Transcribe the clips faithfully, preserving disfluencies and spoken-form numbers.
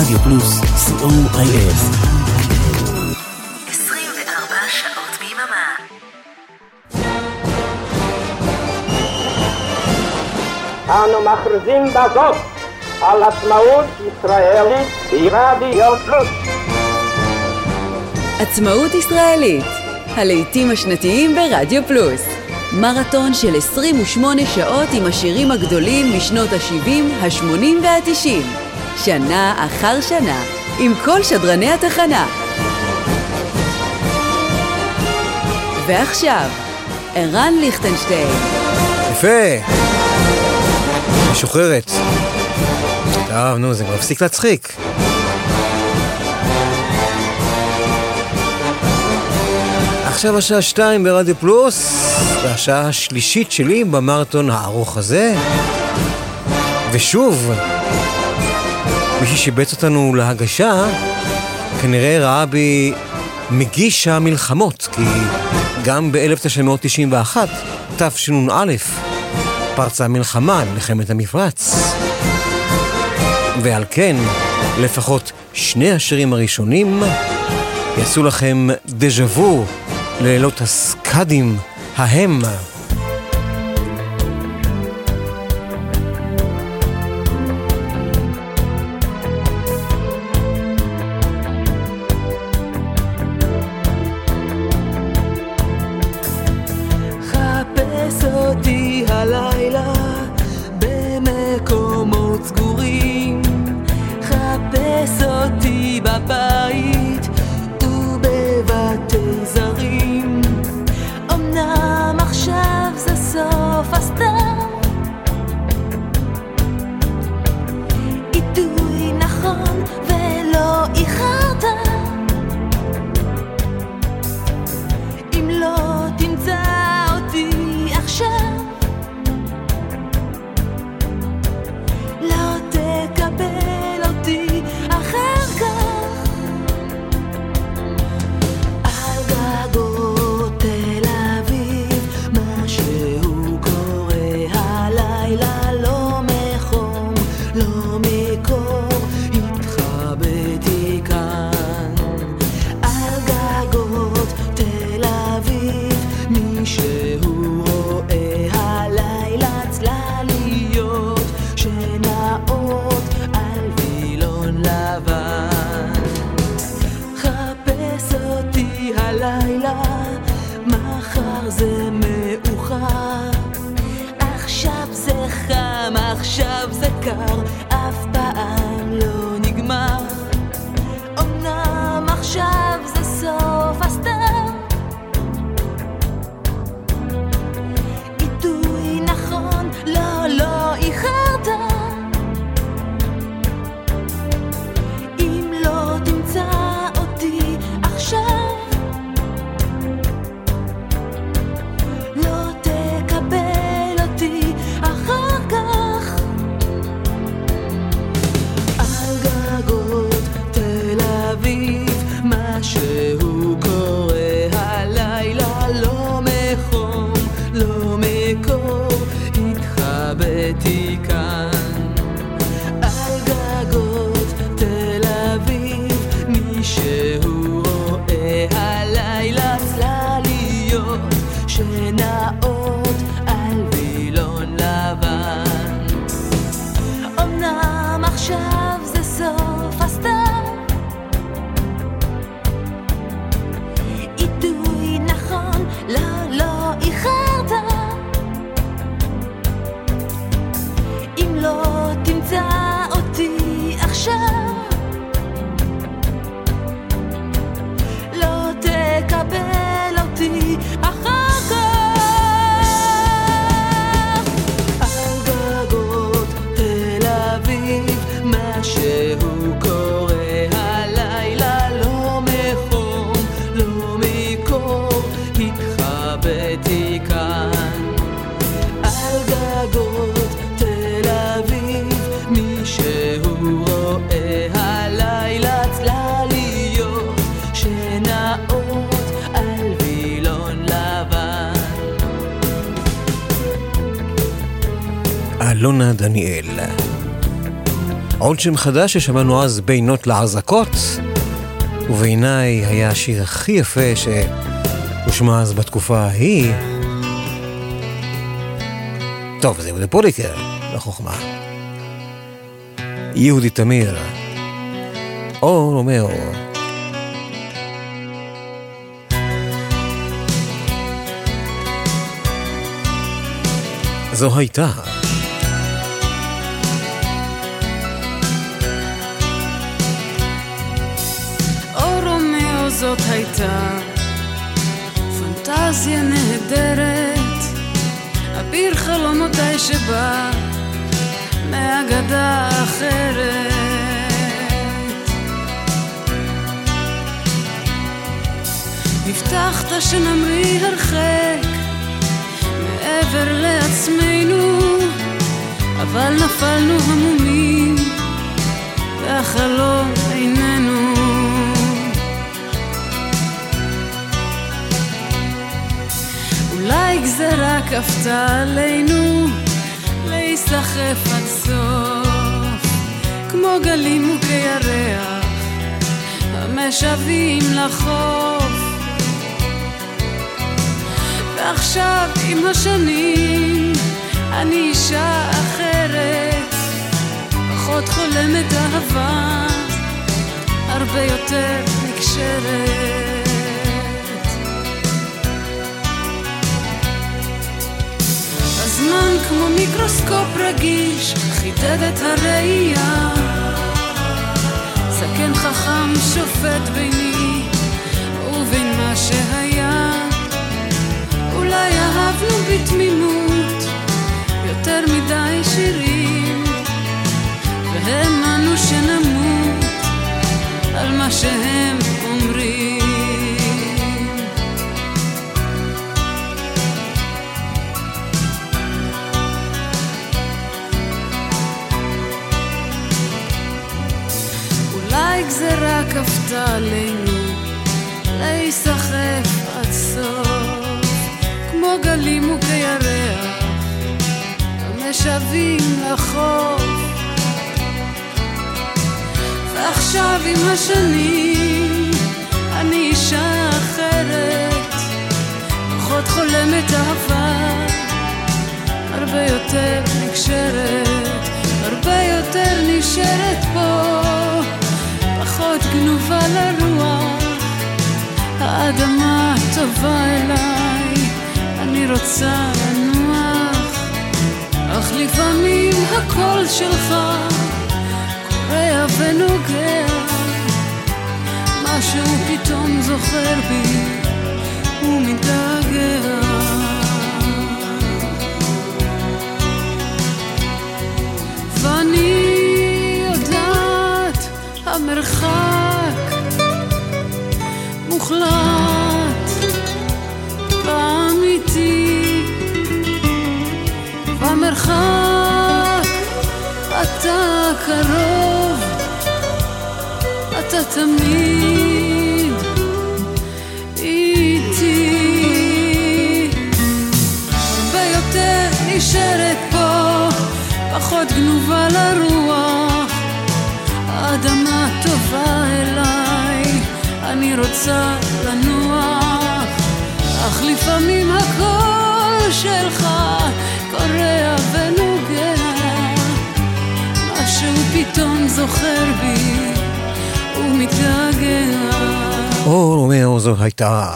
רדיו פלוס, סי או איי אס. עשרים וארבע שעות ביממה. אנו מכריזים בזאת על עצמאות ישראלית ברדיו פלוס. עצמאות ישראלית, הלהיטים השנתיים ברדיו פלוס. מרתון של עשרים ושמונה שעות עם השירים הגדולים משנות ה-שבעים, ה-שמונים וה-תשעים. שנה אחר שנה, עם כל שדרני התחנה. ועכשיו, ערן ליכטנשטיין. יפה. משוחררת. טוב, נו, זה כבר הפסיק להצחיק. עכשיו השעה שתיים ברדיו פלוס, והשעה השלישית שלי במרתון הארוך הזה. ושוב, מי ששיבץ אותנו להגשה, כנראה ראה בי מגיש המלחמות, כי גם ב-אלף תשע מאות תשעים ואחת, תשנ"א, פרצה מלחמה, מלחמת המפרץ. ועל כן, לפחות שני השירים הראשונים יעשו לכם דז'ה וו ללילות הסקאדים ההם. חפש אותי הלילה במקומות סגורים, חפש אותי בבית ובבתי זרים. אמנם עכשיו זה סוף הסתיו, עיתוי נכון ולא איחרת. אם לא תמצא אותי עכשיו, לא תקבל אותי אחר כך. על גגות תל אביב משהו קורה הלילה, לא מחום לא מקור, התחבאתי כאן. על גגות תל אביב מישהו רואה הלילה צלליות שנעות על וילון לבן. חפש אותי הלילה, מחר זה מאוחר. עכשיו זה חם, עכשיו זה קר, אף פעם לא נגמר. אמנם עכשיו זה סוף הסתיו, עיתוי נכון, לא, לא איחרת. אם לא תמצא אותי עכשיו, לא תקבל אותי אחר כך. על גגות תל אביב משהו קורה הלילה, לא מחום לא מקור, התחבאתי כאן. על גגות תל אביב מישהו רואה הלילה צלליות שנעות על וילון לבן. אמנם עכשיו זה סוף הסתיו, עיתוי נכון, לא, לא איחרת. אם לא תמצא אותי עכשיו, לא תקבל אותי אחר כך. על גגות תל אביב משהו קורה הלילה, לא מחום לא מקור, התחבאתי כאן. על גגות תל אביב מישהו רואה הלילה צלליות שנעות על וילון לבן. אלונה דניאל. עוד שם חדש ששמענו אז בינות לעזקות, ובעיניי היה השיר הכי יפה שהושמע אז בתקופה ההיא. טוב, זה יהודה פוליקר, לחוכמה. יהודי תמיר, או רומאו. זו הייתה זאת הייתה פנטזיה נהדרת, אביר חלומותיי שבא מהגדה אחרת. הבטחת שנמריא הרחק מעבר לעצמנו, אבל נפלנו המומים והחלום איננו. אולי גזרה כפתה עלינו להיסחף עד סוף, כמו גלים וכירח המשווים לחוף. ועכשיו עם השנים אני אישה אחרת, פחות חולמת אהבה, הרבה יותר נקשרת. הזמן כמו מיקרוסקופ רגיש חידד את הראייה, סכן חכם שופט ביני ובין מה שהיה. אולי אהבנו בתמימות יותר מדי שירים, והאמנו שנמות על מה שהם אומרים. אולי גזרה כפתה עלינו להיסחף עד סוף, כמו גלים וכירח המשווים לחוף. ועכשיו עם השנים אני אישה אחרת, פחות חולמת אהבה, הרבה יותר נקשרת, הרבה יותר נשארת פה, פחות גנובה לרוח. האדמה טובה אליי, אני רוצה לנוח, אך לפעמים הקול שלך קורא ונוגע, משהו פתאום זוכר בי ומתגעגע. ואני יודעת המרחק מוחלט ואמיתי, במרחק אתה קרוב, אתה תמיד איתי. הרבה יותר נשארת פה, פחות גנובה לרוח. האדמה טובה אליי, אני רוצה לנוח, אך לפעמים הקול שלך קורא ונוגע, משהו פתאום זוכר בי ומתגעגע. או רומאו, זו הייתה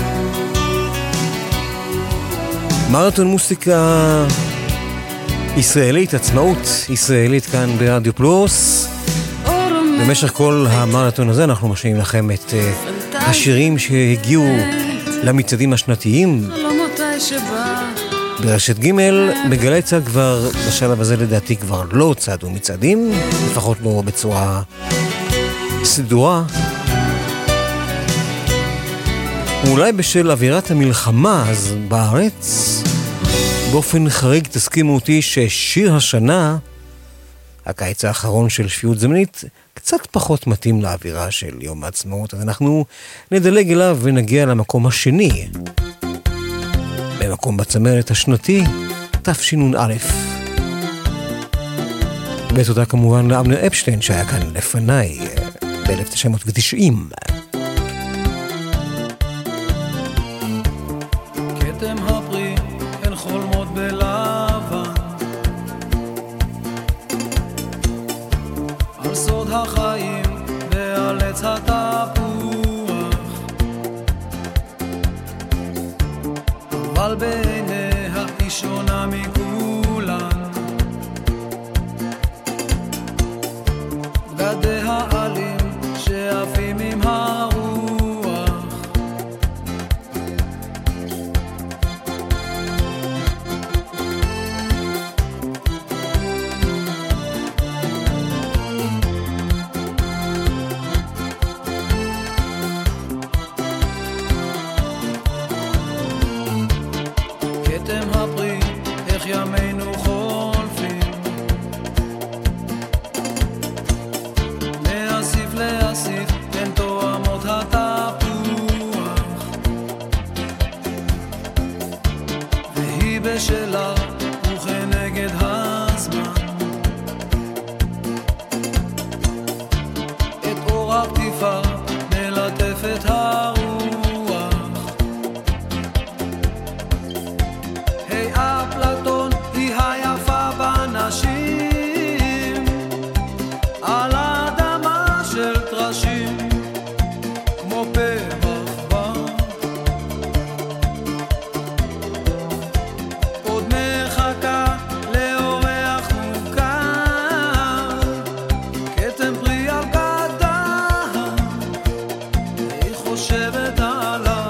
מרתון מוסיקה ישראלית, עצמאות ישראלית כאן ברדיו פלוס. במשך כל המרתון הזה אנחנו משמיעים לכם את uh, השירים שהגיעו למצעדים השנתיים ברשת ג'. בגלי צד כבר בשלב הזה לדעתי כבר לא צעדו מצעדים, לפחות לא בצורה סדורה. ואולי בשל אווירת המלחמה אז בארץ באופן חריג תסכימו אותי ששיר השנה, הקיץ האחרון של שפיות זמנית, קצת פחות מתאים לאווירה של יום העצמאות, אז אנחנו נדלג אליו ונגיע למקום השני, במקום בצמרת השנתי תשנ"א. ותודה כמובן לאבנר אפשטיין שהיה כאן לפניי ב-אלף תשע מאות ותשעים. כתם הפרי הן חולמות בלבן על סוד החיים ועל עץ התפוח, אבל בעיניה היא שונה מכולן. בגדי העלים שעפים עם הרוח, כתם הפרי איך ימינו חולפים, מאסיף לאסיף הן תואמות התפוח, והיא בשלה וכנגד הזמן את אור הפטיפה מלטפת הרוח. היי אפלטון היא היפה בנשים, על האדמה של טרשים כמו פרח בר, עוד מחכה לאורח מוכר, כתם פרי על גדה היא חושבת עליו.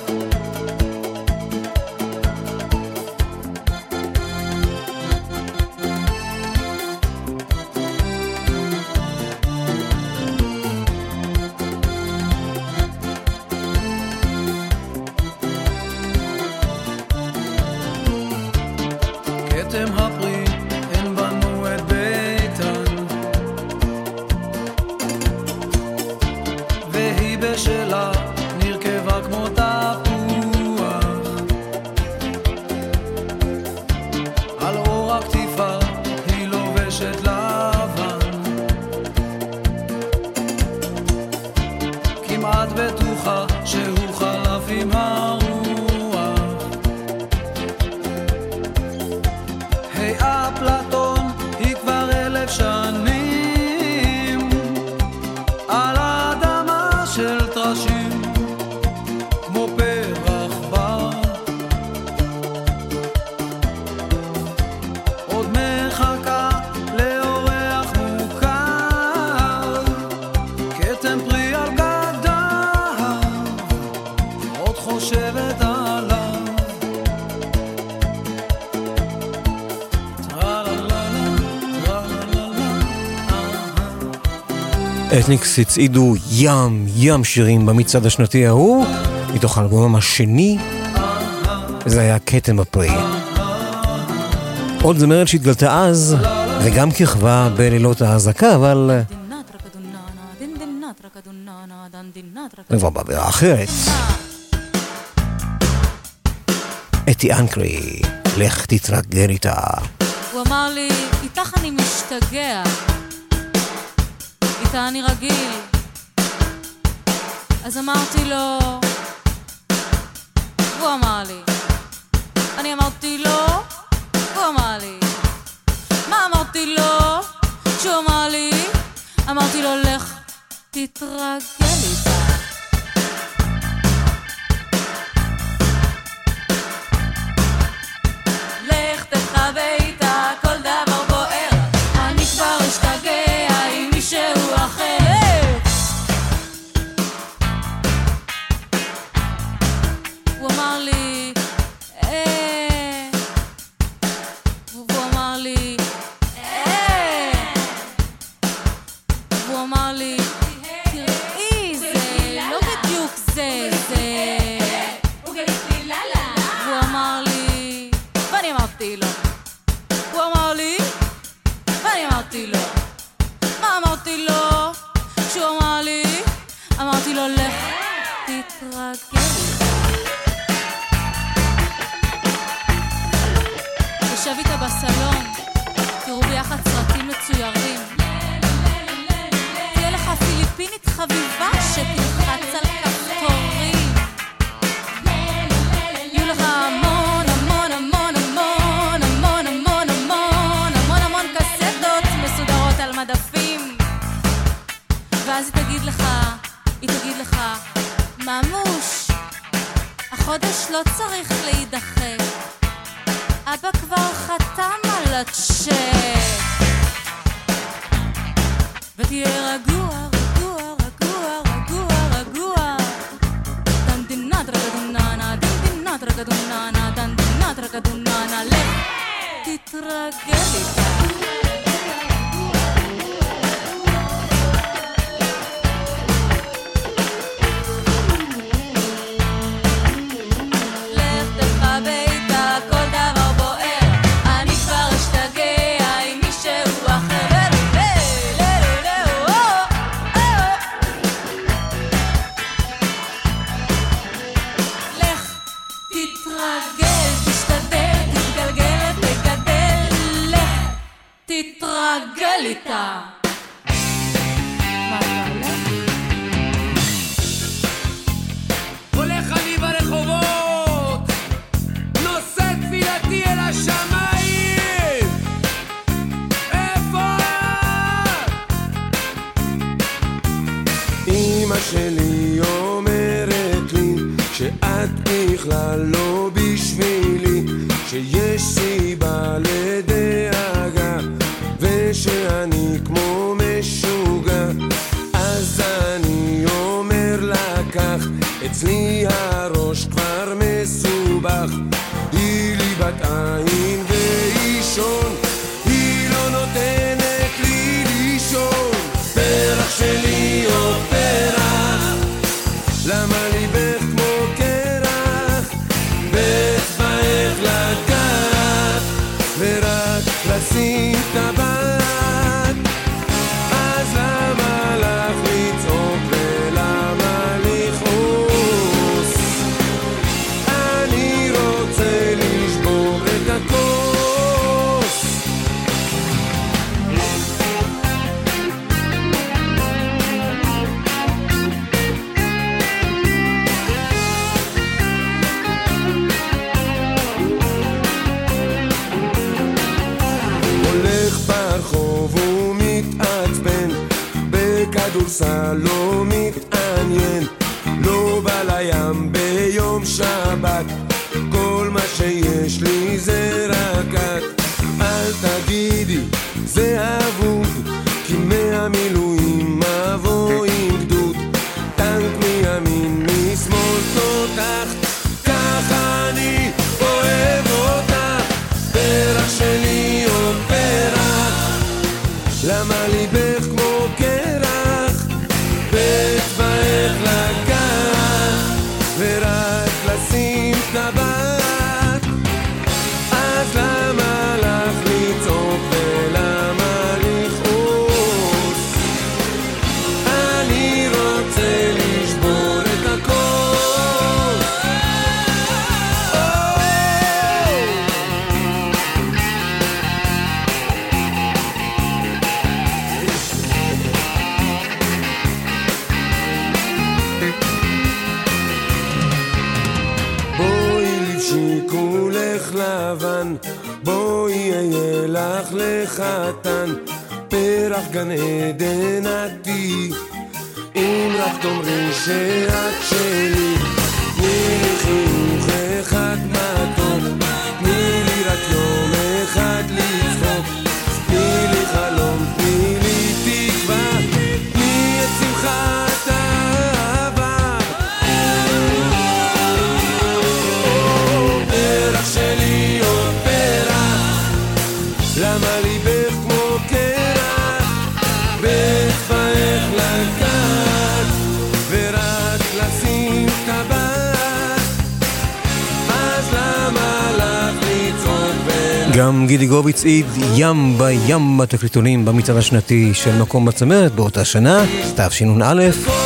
כתם הפרי הן בנו את ביתן, והיא בשלה נרכבה כמו תפוח, על אור הכתיפה היא לובשת לבן, כמעט בטוחה שהוא חלף עם הרוח. היי אפלטון היא כבר אלף שנים על האדמה של טרשים כמו פרח בר, עוד מחכה לאורח מוכר, כתם פרי על גדה עוד חושבת עליו. אתניקס הצעידו ים ים שירים במצעד השנתי ההוא מתוך האלבומם השני, וזה היה כתם הפרי. עוד זמרת שהתגלתה אז וגם כיכבה בלילות ההזקה, אבל כבר בעבירה אחרת. אתי אנקרי, לך תתרגל איתה. הוא אמר לי, איתך אני משתגע, איתה אני רגיל. אז אמרתי לו, הוא אמר לי, אני אמרתי לו, הוא אמר לי, מה אמרתי לו? שהוא אמר לי, אמרתי לו, לך תתרגל איתה. לך תחווה איתה כל דבר בוער, אני כבר אשתגע עם מישהו אחר. הוא אמר לי, אה, והוא אמר לי, אה, והוא אמר לי, תראי, זה לא בדיוק זה, זה. והוא אמר לי, ואני אמרתי לו, הוא אמר לי, ואני אמרתי לו, מה אמרתי לו? שהוא אמר לי, אמרתי לו, לך תתרגל. יושב איתה בסלון, תראו ביחד סרטים צבעים מצוירים. תהיה לך פיליפינית חביבה שתלחץ על כפתורים. יהיו לך המון המון המון המון המון המון המון המון המון קסטות מסודרות על מדפים. ואז היא תגיד לך, היא תגיד לך, ממוש, החודש לא צריך להידחה, אבא כבר חתם על הצ'ק. ותהיה רגוע, רגוע, רגוע, רגוע, רגוע. דנדינת רגדוננה, דנדינת רגדוננה, דנדינת רגדוננה, לך תתרגל איתה. תתרגל איתה. מה אתה הולך? הולך אני ברחובות, נושא תפילתי אל השמיים. איפה אמא שלי אומרת לי שאת בכלל לא בשבילי, שיש סיבה לדאגה ושאני כמו משוגע. אז אני אומר לה כך, אצלי הראש כבר מסובך. היא לי בת עין ואישון, היא לא נותנת לי לישון. פרח שלי או פרח, למה ליבך כמו קרח, בצבעך לגעת ורק לשים טבעת. אז למה לך לצעוק ולמה לכעוס? אני רוצה לשבור את הכוס. הולך ברחוב ומתעצבן, בכדורסל לא מתעניין, לא בא לים ביום שבת, כל מה שיש לי זה רק את. אל תגידי זה אבוד, כי מהמילואים מבוא עם גדוד, טנק מימין משמאל תותח, ככה אני אוהב אותך. פרח שלי או פרח, למה ליבך כמו קרח, בצבעך לגעת ורק לשים טבעת. אז למה לך לצעוק ולמה לכעוס? אני רוצה לשבור את הכל. בואי לבשי כולך לבן, בואי אהיה לך לחתן, פרח גן עדן עדי, אם רק תאמרי שאת שלי. תני לי חיוך אחד מתוק, תני לי רק יום אחד לצחוק, תני לי חלום, תני לי תקווה, תני את שמחת האהבה. פרח שלי או פרח, למה ליבך כמו קרח, בצבעך לגעת ורק לשים טבעת. אז למה לך לצעוק ולמה... גם גידי גוב הצעיד ים בים בתקליטונים במצעד השנתי של מקום בצמרת באותה שנה, תשנ"א,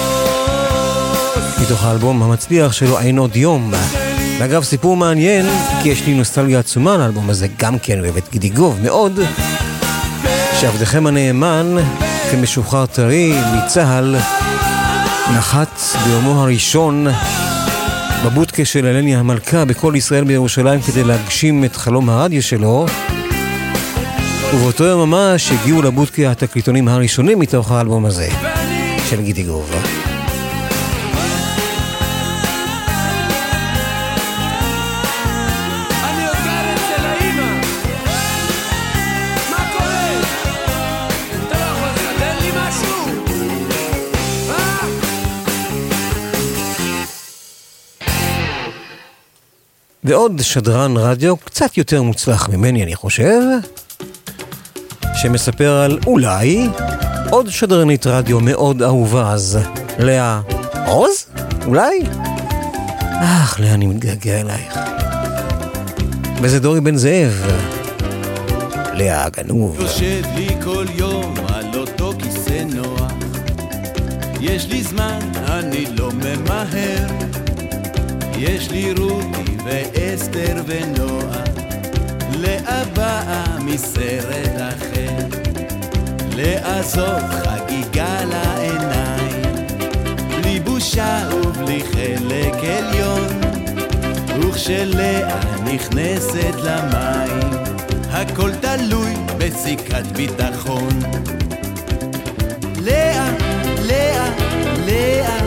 מתוך האלבום המצליח שלו אין עוד יום. ואגב, סיפור מעניין, כי יש לי נוסטלגיה עצומה לאלבום הזה, גם כן אוהב את גידי גוב מאוד, שעבדכם הנאמן, כמשוחרר טרי מצהל, נחת ביומו הראשון בבודקה של אלני המלכה בכל ישראל בירושלים כדי להגשים את חלום הרדיו שלו, ובאותו יום ממש הגיעו לבודקה התקליטונים הראשונים מתוך האלבום הזה של גידי גוב. ועוד שדרן רדיו קצת יותר מוצלח ממני, אני חושב, שמספר על אולי עוד שדרנית רדיו מאוד אהובה, אז לאה עוז? אולי? אך, לאה, אני מתגעגע אלייך. וזה דורי בן זאב, לאה הגנוב. יושב לי כל יום על אותו כיסא נוח, יש לי זמן, אני לא ממהר, יש לי רותי ואסתר ונועה, לאה באה מסרט אחר, לעזוב חגיגה לעיניים, בלי בושה ובלי חלק עליון, וכשלאה נכנסת למים, הכל תלוי בסיכת ביטחון. לאה, לאה, לאה,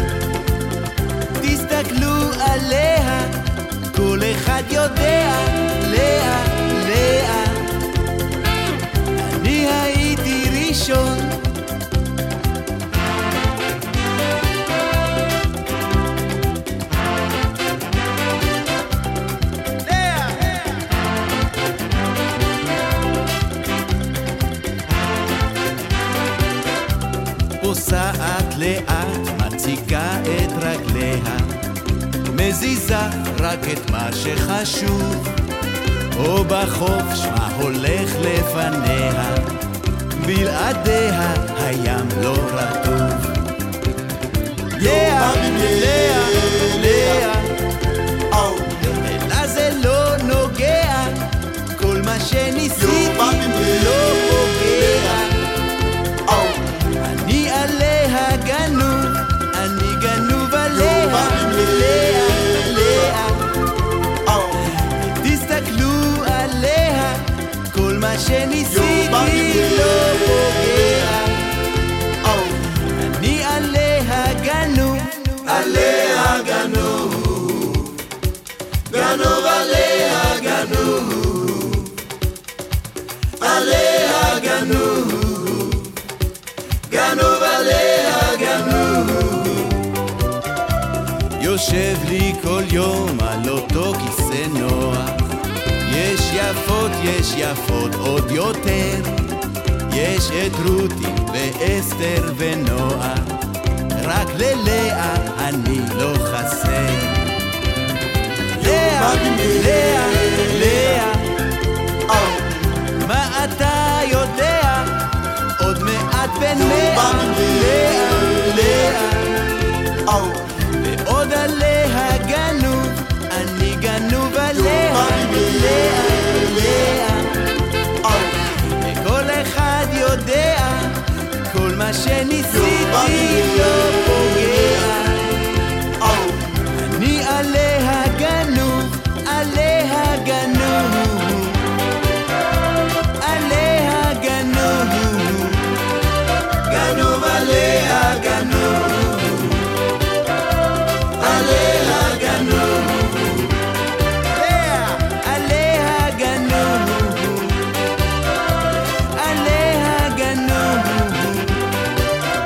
תסתכלו עליה, כל אחד יודע, לאה, לאה, אני הייתי ראשון. פוסעת לאט, מציקה את רגליה, מזיזה רק את מה שחשוב, או בחוף שמה הולך לפניה, בלעדיה הים לא רטוב. לאה, לאה, לאה, אלא זה לא נוגע, כל מה שניסיתי לא פוגע, אני עליה גנוב, אני גנוב עליה, לאה, לאה, תסתכלו עליה, כל מה שניסיתי לא פוגע, אני עליה גנוב, עליה גנוב, גנוב עליה גנוב, עליה גנוב, גנוב עליה גנוב. יושב לי כל יום על אותו כיסא נוח, יש יפות, יש יפות עוד יותר, יש את רותי ואסתר ונועה, רק ללאה אני לא חסר. לאה, לאה, לאה, מה אתה יודע? עוד מעט בן מאה, לאה, לאה, ועוד עליה גנוב, אני גנוב עליה, לאה, לאה, וכל אחד יודע, כל מה שניסיתי לא פוגע, אני עליה גנוב, עליה גנוב, עליה גנוב, גנוב עליה גנוב, עליה גנוב, לאה, עליה גנוב, עליה גנוב,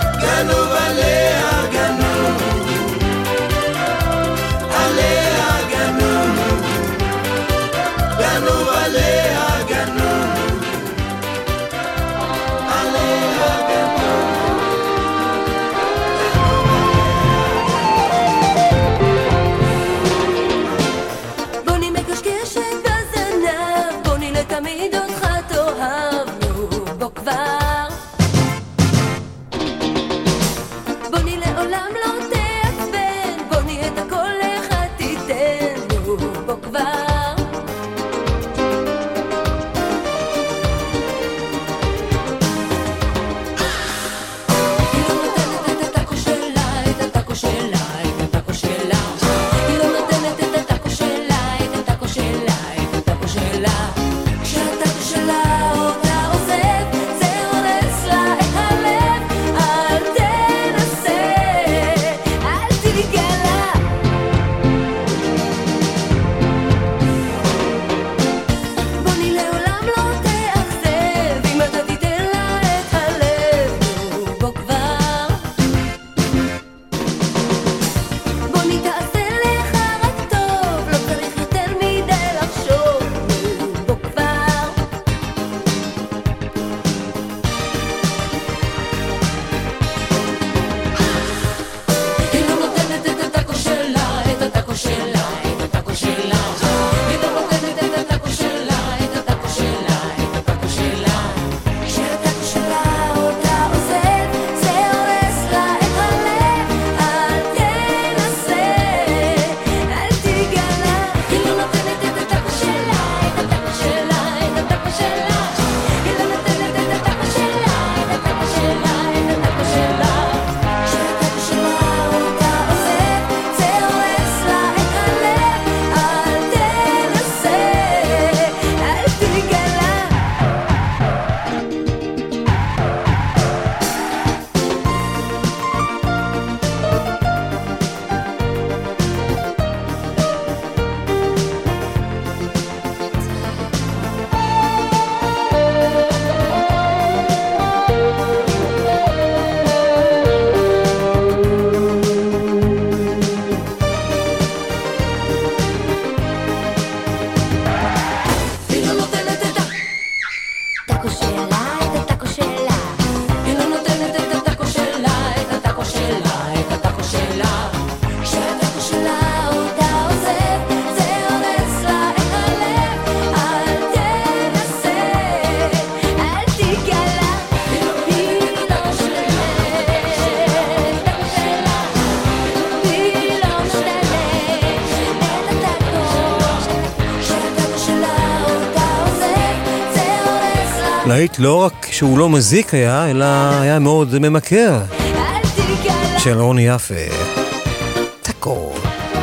להיט לא רק שהוא לא מזיק היה, אלא היה מאוד ממכר. של רוני יפה. תקור.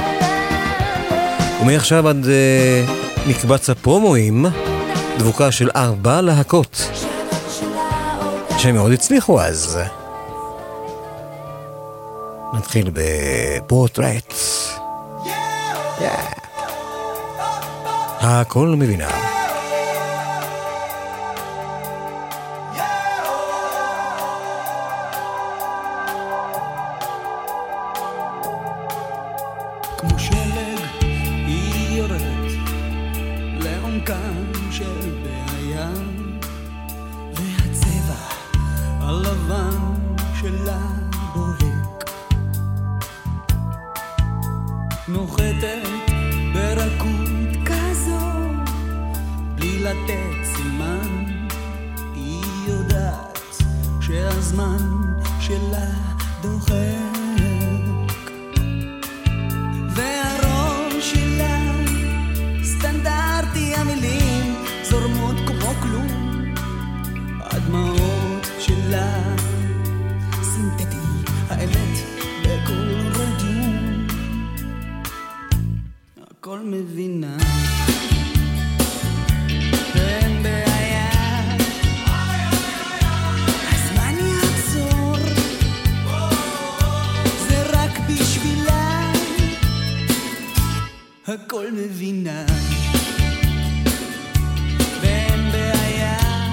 ומעכשיו עד uh, מקבץ הפרומואים, דבוקה של ארבע להקות, שהם מאוד הצליחו אז. נתחיל בפורטרט. Yeah. הכל מבינה. כמו שלג היא יורדת לעומקם של בעיה, והצבע הלבן שלה בוהק, נוחתת ברכות כזו בלי לתת סימן. היא יודעת שהזמן שלה דוחק, והראש שלה סטנדרטי, המילים זורמות כמו כלום, הדמעות שלה סינתטי, האמת בכל רדיום, הכל מבינה. אין בעיה, הזמן יעצור, זה רק בשבילה, הכל מבינה. ואין בעיה,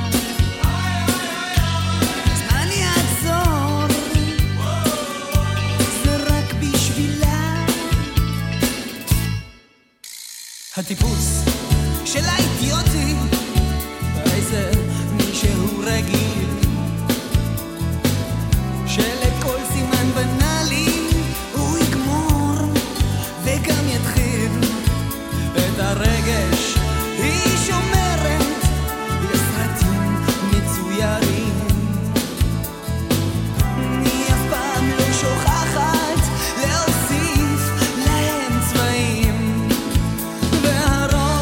הזמן יעצור, זה רק בשבילה. הטיפוס של האידיוטי, איזה מישהו רגיל, שלכל סימן בנאלי הוא יגמור וגם יתחיל את הרגש. היא שומרת לסרטים מצוירים, היא אף פעם לא שוכחת להוסיף להם צבעים, והראש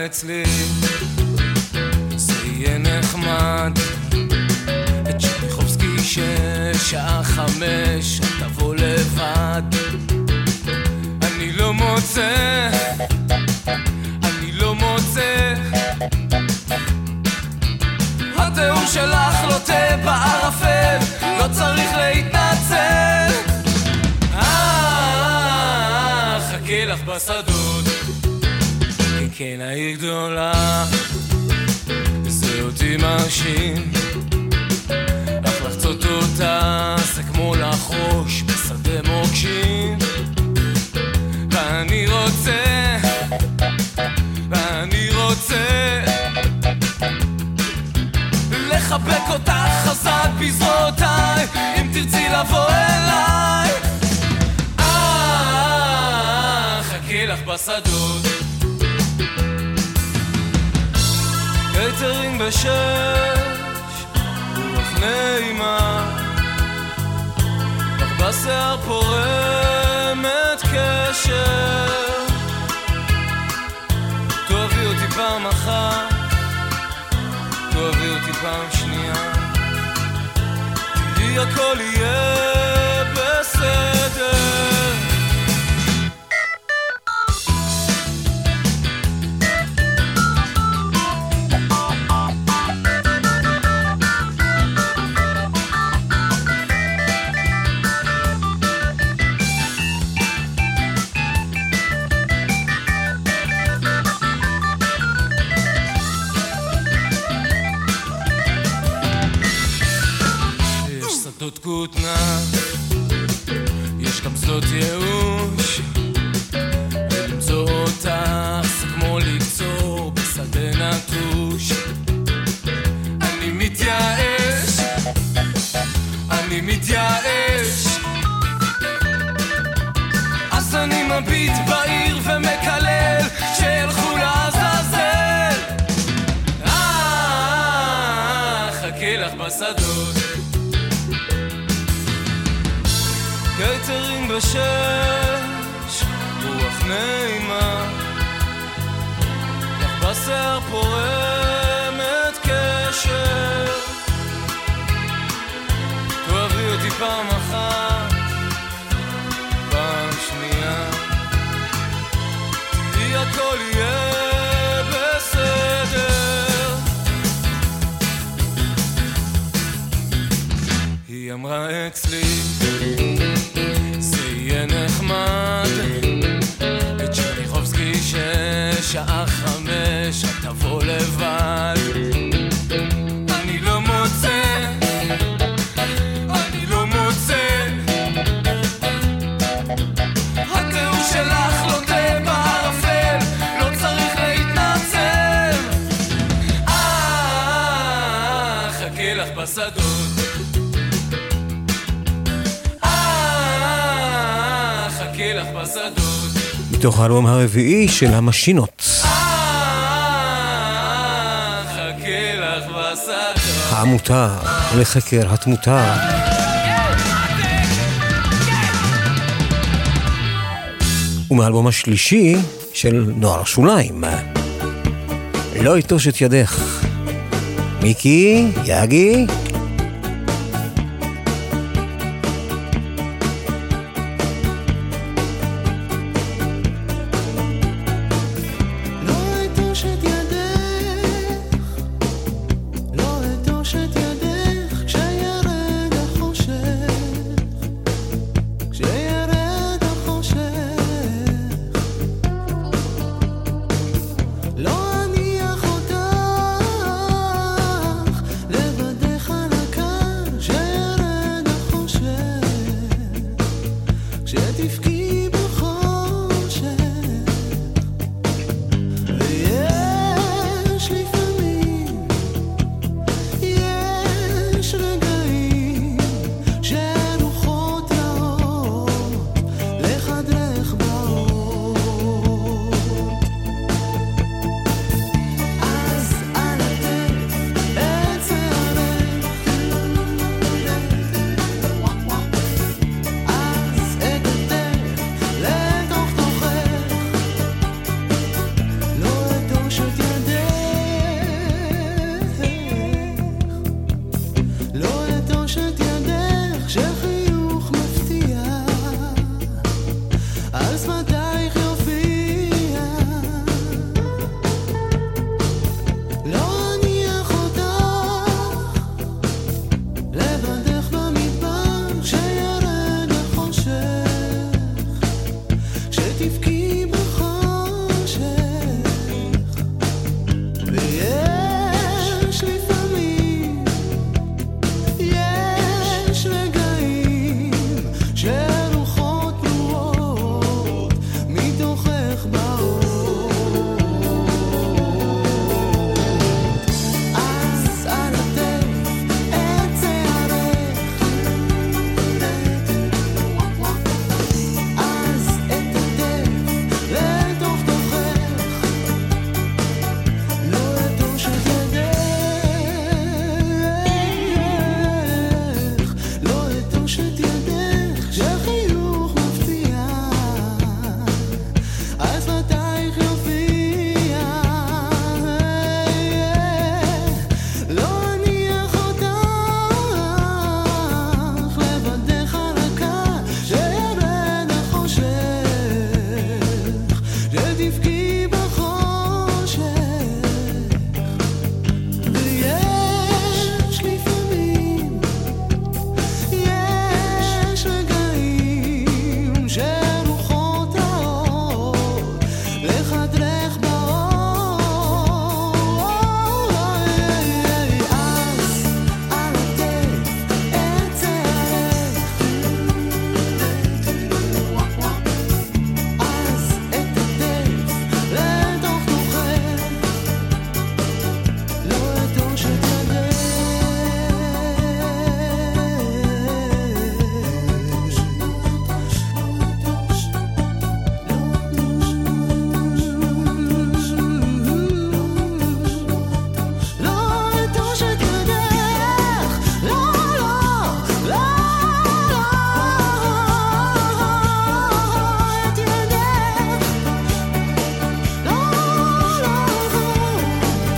אצלי, זה יהיה נחמד. את צ'רניחובסקי ששעה חמש, את תבוא לבד. אני לא מוצא, אני לא מוצא, התיאור שלך לוטה בערפל, לא צריך להתנצל. אה, חכי לך בשדות, כן העיר גדולה, זה אותי מרשים, אך לחצות אותה זה כמו לחרוש בשדה מוקשים. ואני רוצה, ואני רוצה לחבק אותך חזק בזרועותיי, אם תרצי לבוא אליי. אה, חכי לך בשדות, קייטרינג בשש, רוח נעימה, לך בשיער פורמת קשר. תאהבי אותי פעם אחת, תאהבי אותי פעם שנייה, תראי הכל יהיה בסדר. כותנה, יש גם שדות ייאוש, ולמצוא אותך זה כמו לקצור בשדה נטוש. אני מתייאש, אני מתייאש, אז אני מביט בעיר ומקלל שילכו לעזאזל. אה, חכי לך בשדות, קייטרינג בשש, רוח נעימה, לך בשיער פורמת קשר. תאהבי אותי פעם אחת, פעם שנייה, תראי הכל יהיה בסדר. היא אמרה אצלי, נחמד, את צ'רניחובסקי ששעה חמש, את תבוא לבד. אני לא מוצא, אני לא מוצא, התיאור שלך לוטה בערפל, לא צריך להתנצל. אה, חכי לך בשדות, מתוך האלבום הרביעי של המשינות, העמותה לחקר התמותה. ומהאלבום השלישי של נוער שוליים, לא יטוש את ידך. מיקי, יגי, לא אניח אותך לבדך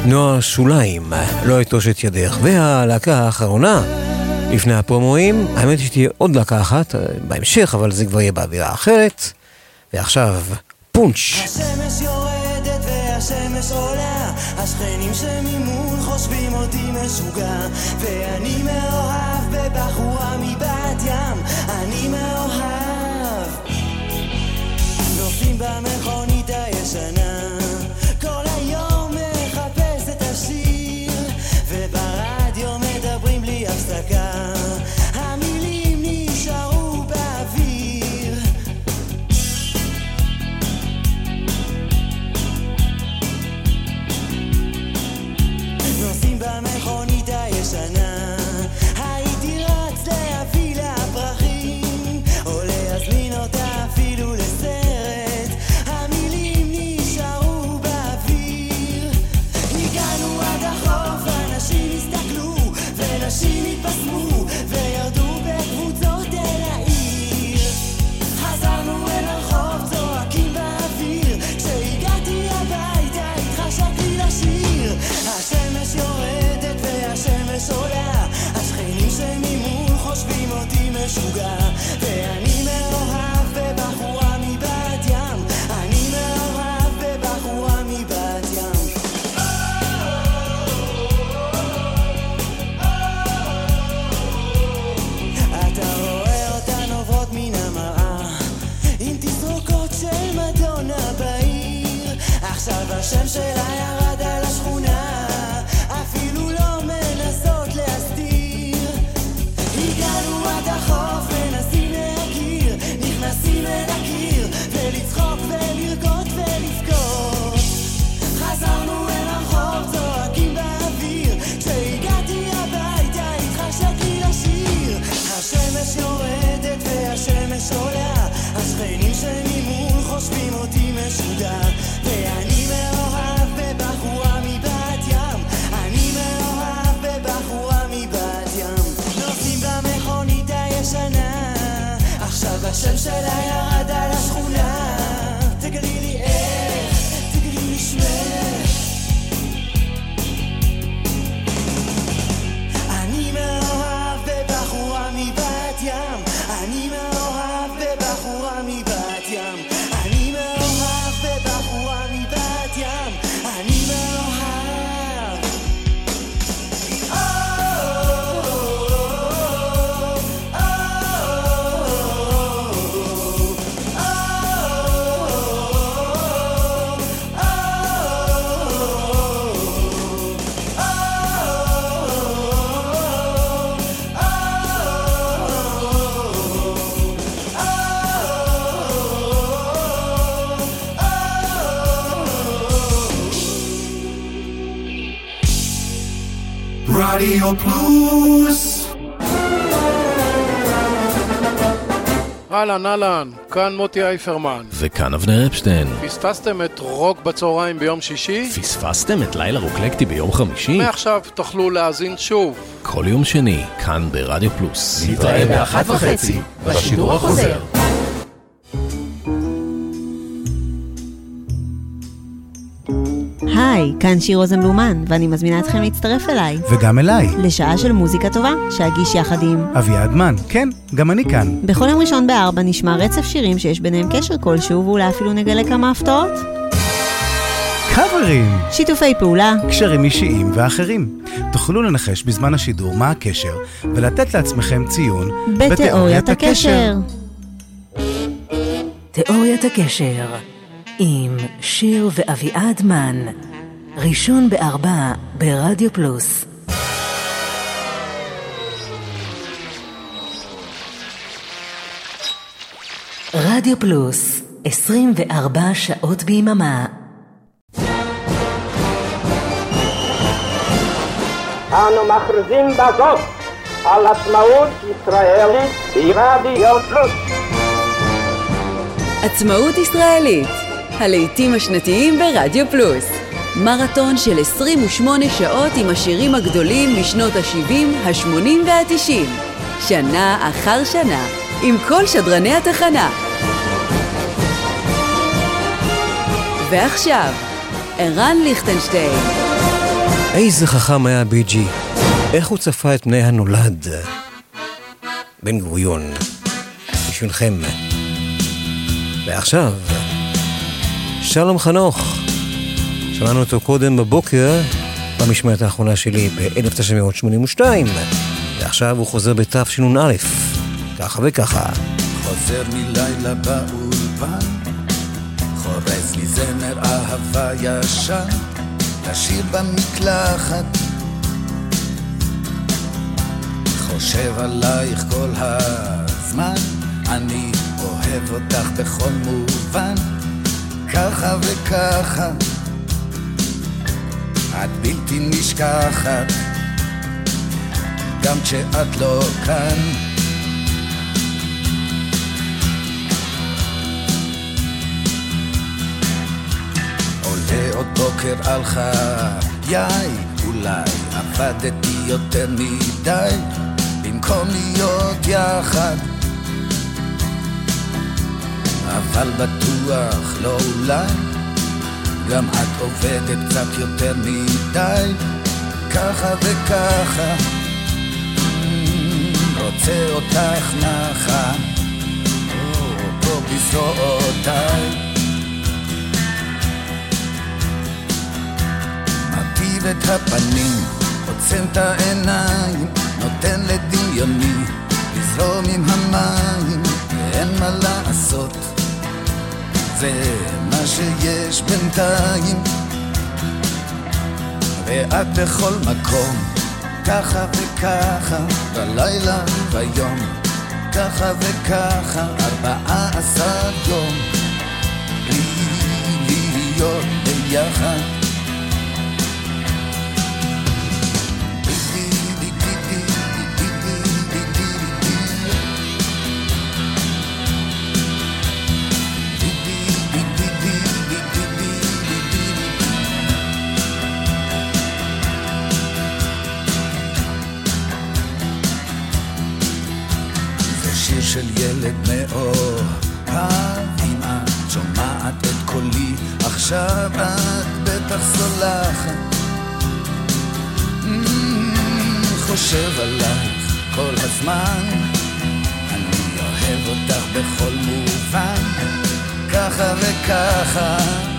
נועה שוליים, לא אתוש ידך. והלהקה האחרונה לפני הפרומואים, האמת היא שתהיה עוד להקה אחת בהמשך, אבל זה כבר יהיה באווירה אחרת. ועכשיו פונץ'. השמש יורדת והשמש עולה, השכנים שממול חושבים אותי משוגע, ואני מאוהב בבחורה מבת ים, אני מאוהב. נוסעים במכונית הישנה, כל היום מחפש את השיר, וברדיו מדברים בלי הפסקה, המילים נשארו באוויר. נוסעים במכונית הישנה, הייתי רץ להביא לה פרחים, או להזמין אותה אפילו לסרט, המילים נשארו באוויר. הגענו עד החוף, אנשים הסתכלו ונשים התבשמו וירדו בקבוצות אל העיר. חזרנו אל הרחוב צועקים באוויר, כשהגעתי הביתה התחשק לי לשיר. השמש יורדת והשמש עולה, השכנים שממול חושבים אותי משוגע, ואני מאוהב בבחורה מבת ים, אני מאוהב בבחורה מבת ים. אתה רואה אותן עוברות מן המראה עם תסרוקות של מדונה בעיר, עכשיו השם שלה ירד על השכונה, אפילו לא מנסות להסתיר. הגענו עד החוף, מנסים להכיר, נכנסים אל הקיר ולצחוק ולרקוד ולבכות. חזרנו אל הרחוב צועקים באוויר, כשהגעתי הביתה התחשק לי לשיר. השמש יורדת והשמש עולה, השכנים שממול חושבים אותי משוגע, ואני מאוהב בבחורה מבת ים, אני מאוהב בבחורה מבת ים. נוסעים במכונית הישנה, עכשיו השם שלה ירד על השכונה, תגלי לי איך, תגלי לי שמך. אני מאוהב בבחורה מבת ים, אני מאוהב בבחורה מבת ים, אני מאוהב בבחורה מבת ים, אני מאוהב. רדיו פלוס. אהלן, אהלן, כאן מוטי אייפרמן. וכאן אבנר אפשטיין. פספסתם את רוק בצהריים ביום שישי? פספסתם את לילה רוקלקטי ביום חמישי? מעכשיו תוכלו להאזין שוב. כל יום שני, כאן ברדיו פלוס. נתראה באחת וחצי, בשידור החוזר. היי, כאן שיר רוזנבלומן, ואני מזמינה אתכם להצטרף אליי. וגם אליי. לשעה של מוזיקה טובה, שאגיש יחד עם אביעד מן. כן, גם אני כאן. בכל יום ראשון בארבע נשמע רצף שירים שיש ביניהם קשר כלשהו, ואולי אפילו נגלה כמה הפתעות. קאברים. שיתופי פעולה. קשרים אישיים ואחרים. תוכלו לנחש בזמן השידור מה הקשר, ולתת לעצמכם ציון בתיאוריית הקשר. תיאוריית הקשר עם שיר ואביעד מן, ראשון בארבע ברדיו פלוס. רדיו פלוס, עשרים וארבע שעות ביממה. אנו מכריזים בזאת על עצמאות ישראלית ברדיו פלוס. עצמאות ישראלית, הלהיטים השנתיים ברדיו פלוס. מרתון של עשרים ושמונה שעות עם השירים הגדולים משנות ה-שבעים, ה-שמונים וה-תשעים. שנה אחר שנה, עם כל שדרני התחנה. ועכשיו, ערן ליכטנשטיין. איזה חכם היה בי ג'י, איך הוא צפה את פני הנולד. בן גוריון, בשבילכם. ועכשיו, שלום חנוך, שמענו אותו קודם בבוקר, במשמרת האחרונה שלי ב-אלף תשע מאות שמונים ושתיים, ועכשיו הוא חוזר בתשנ"א, ככה וככה. חוזר מלילה באולפן, חורז לי זמר אהבה ישן, לשיר במקלחת, חושב עלייך כל הזמן, אני אוהב אותך בכל מובן, ככה וככה, את בלתי נשכחת, גם כשאת לא כאן. עולה עוד בוקר על חיי, אולי עבדתי יותר מדי, במקום להיות יחד, אבל בטוח לא אולי, גם את עובדת קצת יותר מדי, ככה וככה, רוצה אותך נחה, פה בזרועותיי, מטיב את הפנים, עוצם את העיניים, נותן לדמיוני לזרום עם המים, ואין מה לעשות, זה מה שיש בינתיים, ואת בכל מקום, ככה וככה, בלילה וביום, ככה וככה, ארבעה עשר יום, בלי להיות ביחד. של ילד מאוהב, אם את שומעת את קולי, עכשיו את בטח סולחת, חושב עלייך כל הזמן, אני אוהב אותך בכל מובן, ככה וככה,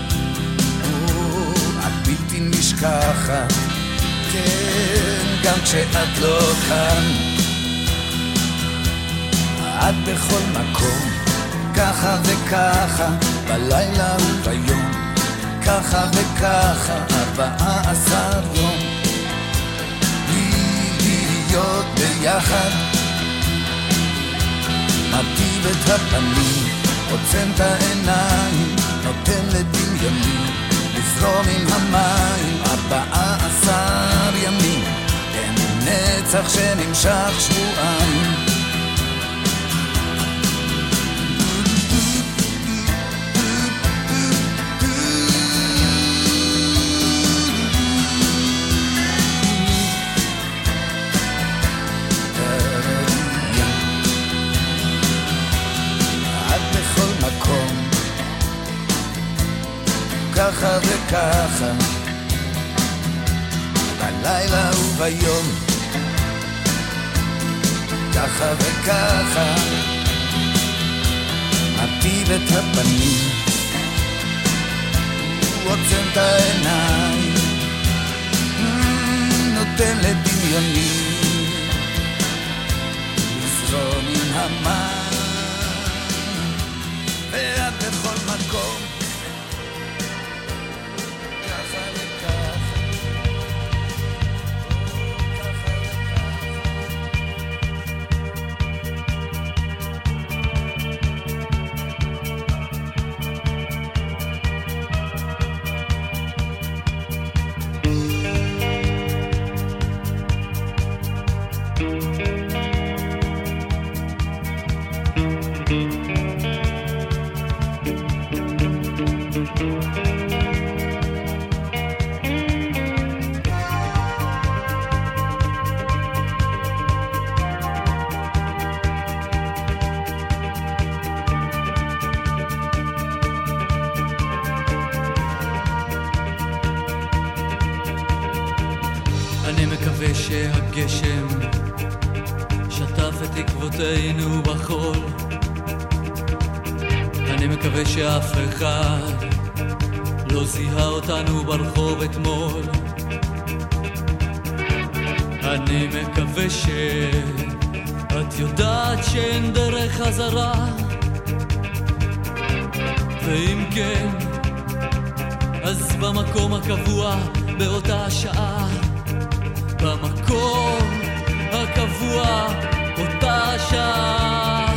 את בלתי נשכחת, כן, גם כשאת לא כאן, את בכל מקום, ככה וככה, בלילה וביום, ככה וככה, ארבעה עשר יום, בלי להיות ביחד, מטיב את הפנים, עוצם את העיניים, נותן לדמיוני, לזרום עם המים, ארבעה עשר ימים, אין נצח שנמשך שבועיים, ככה וככה, בלילה וביום, ככה וככה, מטיב את הפנים, עוצם את העיניים, נותן לדמיוני, לזרום עם המים, ואת בכל מקום, מקווה שהגשם שטף את עקבותינו בחול. אני מקווה שאף אחד לא זיהה אותנו ברחוב אתמול. אני מקווה שאת יודעת שאין דרך חזרה, ואם כן, אז במקום הקבוע באותה שעה, במקום הקבוע אותה שעה.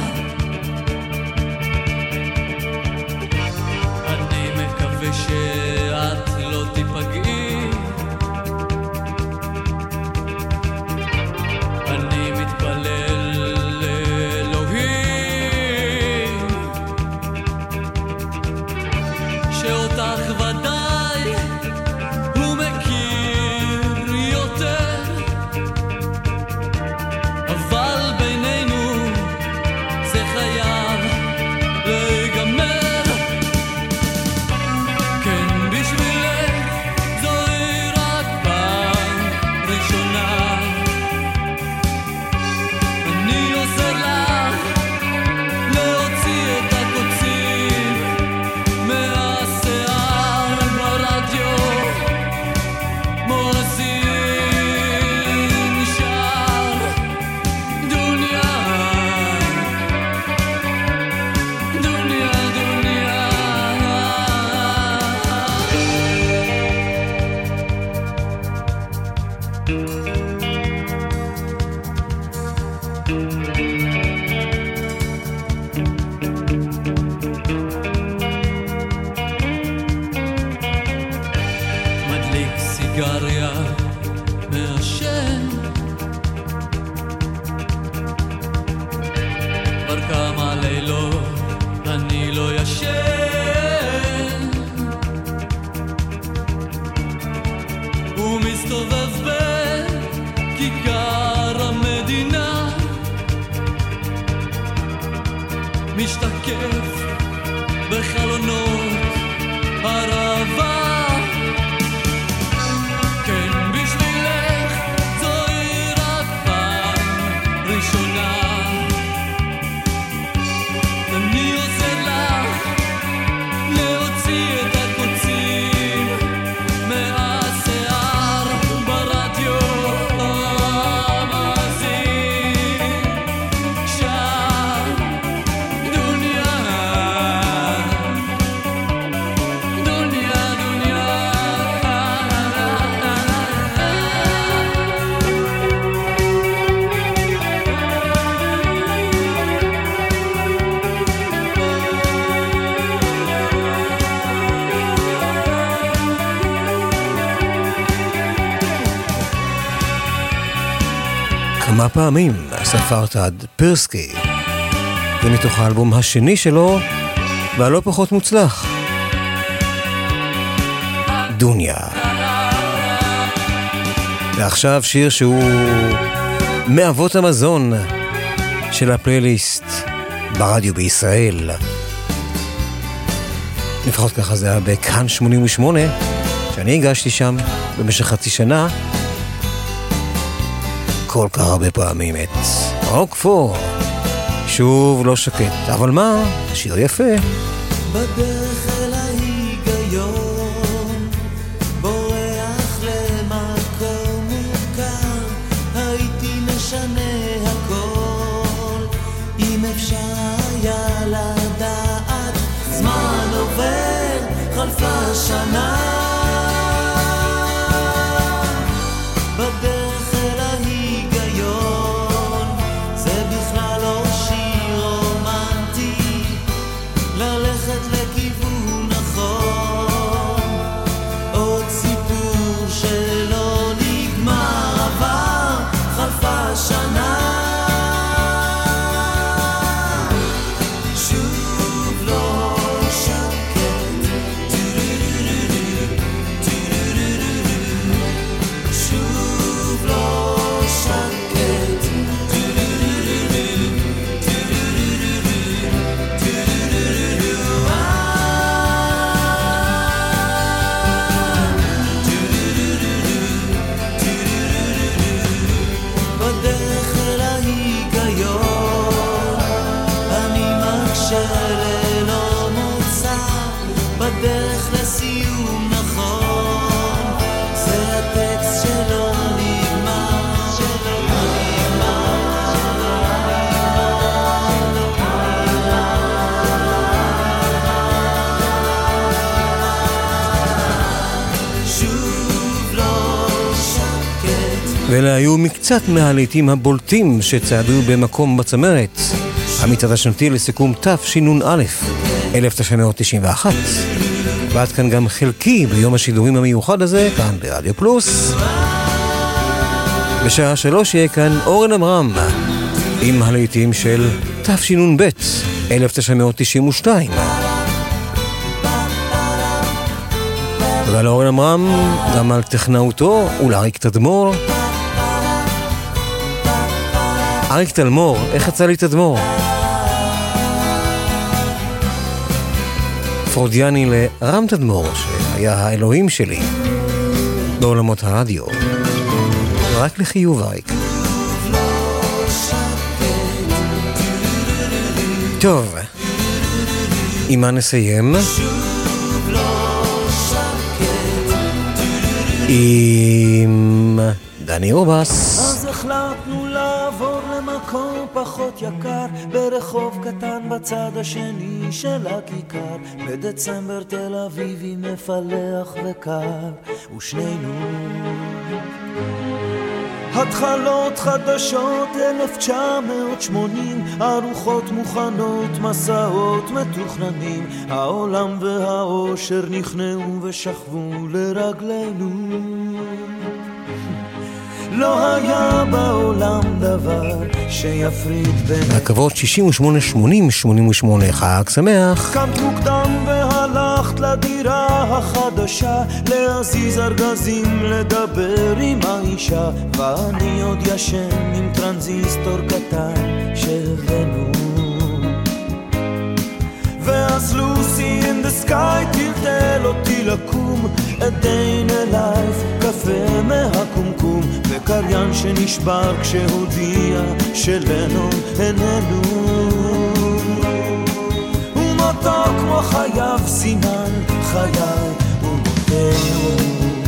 אני מקווה שאת לא תיפגעי, אני מתפלל לאלוהים שאותך ודאי הוא מכיר יותר, אבל בינינו זה חייב להיגמר. כן, בשבילך זוהי רק פעם ראשונה, אני עוזר לך להוציא את הקוצים מהשיער, ברדיו מואזין שר דוניה דוניה דוניה. מדליק סיגריה, מעשן כבר כמה לילות אני לא ישן, ומסתובב בכיכר המדינה, משתקף בחלונות הרבה. כן, בשבילך זוהי רק פעם ראשונה, אני עוזר לך להוציא את הקוצים מהשיער, ברדיו המאזין שר דוניה דוניה דוניה. כמה פעמים ספרת עד פירסקי, ומתוך האלבום השני שלו והלא פחות מוצלח, דוניה. ועכשיו שיר שהוא מאבות המזון של הפלייליסט ברדיו בישראל, לפחות ככה זה היה בכאן שמונים ושמונה שאני הגשתי שם במשך חצי שנה כל כך הרבה פעמים את רוקפור. שוב לא שקט, אבל מה? שיר יפה. בדרך אל ההיגיון בורח למקום מוכר, הייתי משנה הכל אם אפשר היה לדעת. זמן עובר, חלפה שנה, בדרך אל ההיגיון זה בכלל לא שיר רומנטי, ללכת לכיוון נכון, עוד סיפור שלא נגמר, עבר חלפה שנה, שוב לא שקט, ואלה היו מקצת מהלהיטים הבולטים שצעדו במקום בצמרת. המצעד השנתי לסיכום תשנ"א, אלף תשע מאות תשעים ואחת. ועד כאן גם חלקי ביום השידורים המיוחד הזה, כאן ברדיו פלוס. בשעה שלוש יהיה כאן אורן עמרם, עם הלהיטים של תשנ"ב, אלף תשע מאות תשעים ושתיים. תודה לאורן עמרם, גם על טכנאותו ולאריק תדמור. אריק תלמור, איך יצא לי תדמור? פרודיאני לרם תדמור, שהיה האלוהים שלי בעולמות הרדיו. רק לחיוב אריק. טוב, עם מה נסיים? עם דני רובס. אז החלטנו לעבור למקום פחות יקר, ברחוב קטן בצד השני של הכיכר. בדצמבר תל אביבי מפלח וקר, ושנינו התחלות חדשות. אלף תשע מאות שמונים, ארוחות מוכנות, מסעות מתוכננים. העולם והאושר נכנעו ושכבו לרגלינו. לא היה בעולם דבר שיפריד בין רכבות שישים ושמונה שמונים שמונים ושמונה. חג שמח. קמת מוקדם והלכת לדירה החדשה, להזיז ארגזים, לדבר עם האישה. ואני עוד ישן עם טרנזיסטור קטן שהבאנו. ואז לוסי in the sky טלטל אותי לקום. a day in a life, קפה מהקומקום, וקריין שנשבר כשהודיע שלנו איננו. ומותו כמו חייו סימן חיי ומותנו,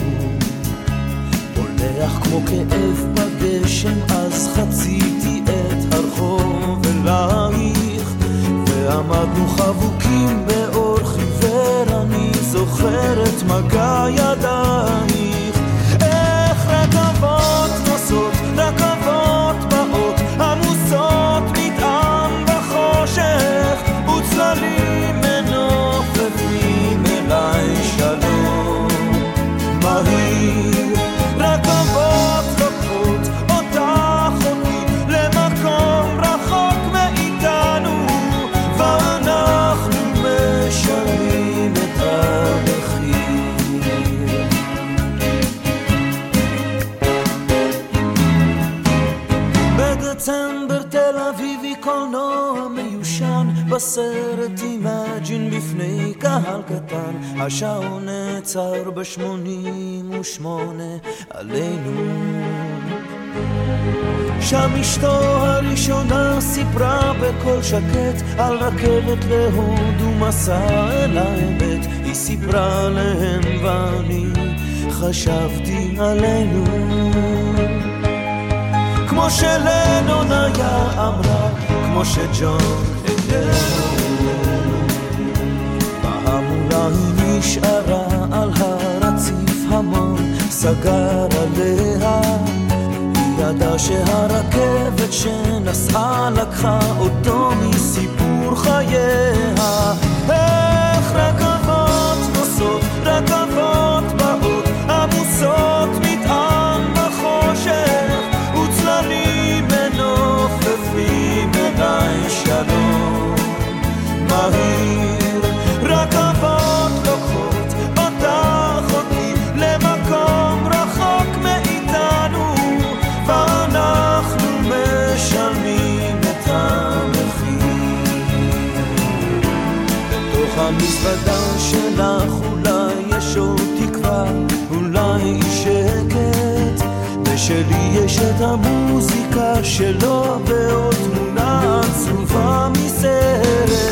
הולך כמו כאב בגשם. אז חציתי את הרחוב אלייך, ועמדנו חבוקים באור חיוור. אני זוכר את מגע ידייך. איך רכבות נוסעות, רכבות באות, עמוסות מטען בחושך, וצללים מנופפים אליי שלום מהיר. רכבות לוקחות אותך אותי למקום רחוק מאיתנו, ואנחנו משלמים את המחיר. בדצמבר תל אביבי קולנוע מיושן, בסרט אימג'ין בפני קהל קטן. השעון נעצר בשמונים ושמונה עלינו. שם אשתו הראשונה סיפרה בקול שקט על רכבת להוד ומסע אל האמת. היא סיפרה להם ואני חשבתי עלינו, כמו שלנון היה אמרה, כמו שג'ון איננו. בהמולה היא נשארה על הרציף המון, סגר עליה. ידע שהרכבת שנסעה לקחה אותו מסיפור חייה. איך רכבות נוסעות, רכבות באות, עמוסות מטען בחושך, וצללים מנופפים אליי שלום מהיר. רכבות לוקחות אותך אותי למקום רחוק מאיתנו, ואנחנו משלמים את המחיר. בתוך המזוודה שלך אולי יש עוד תקווה, אולי שקט. בשלי יש את המוזיקה שלו, ועוד תמונה עצובה מסרט.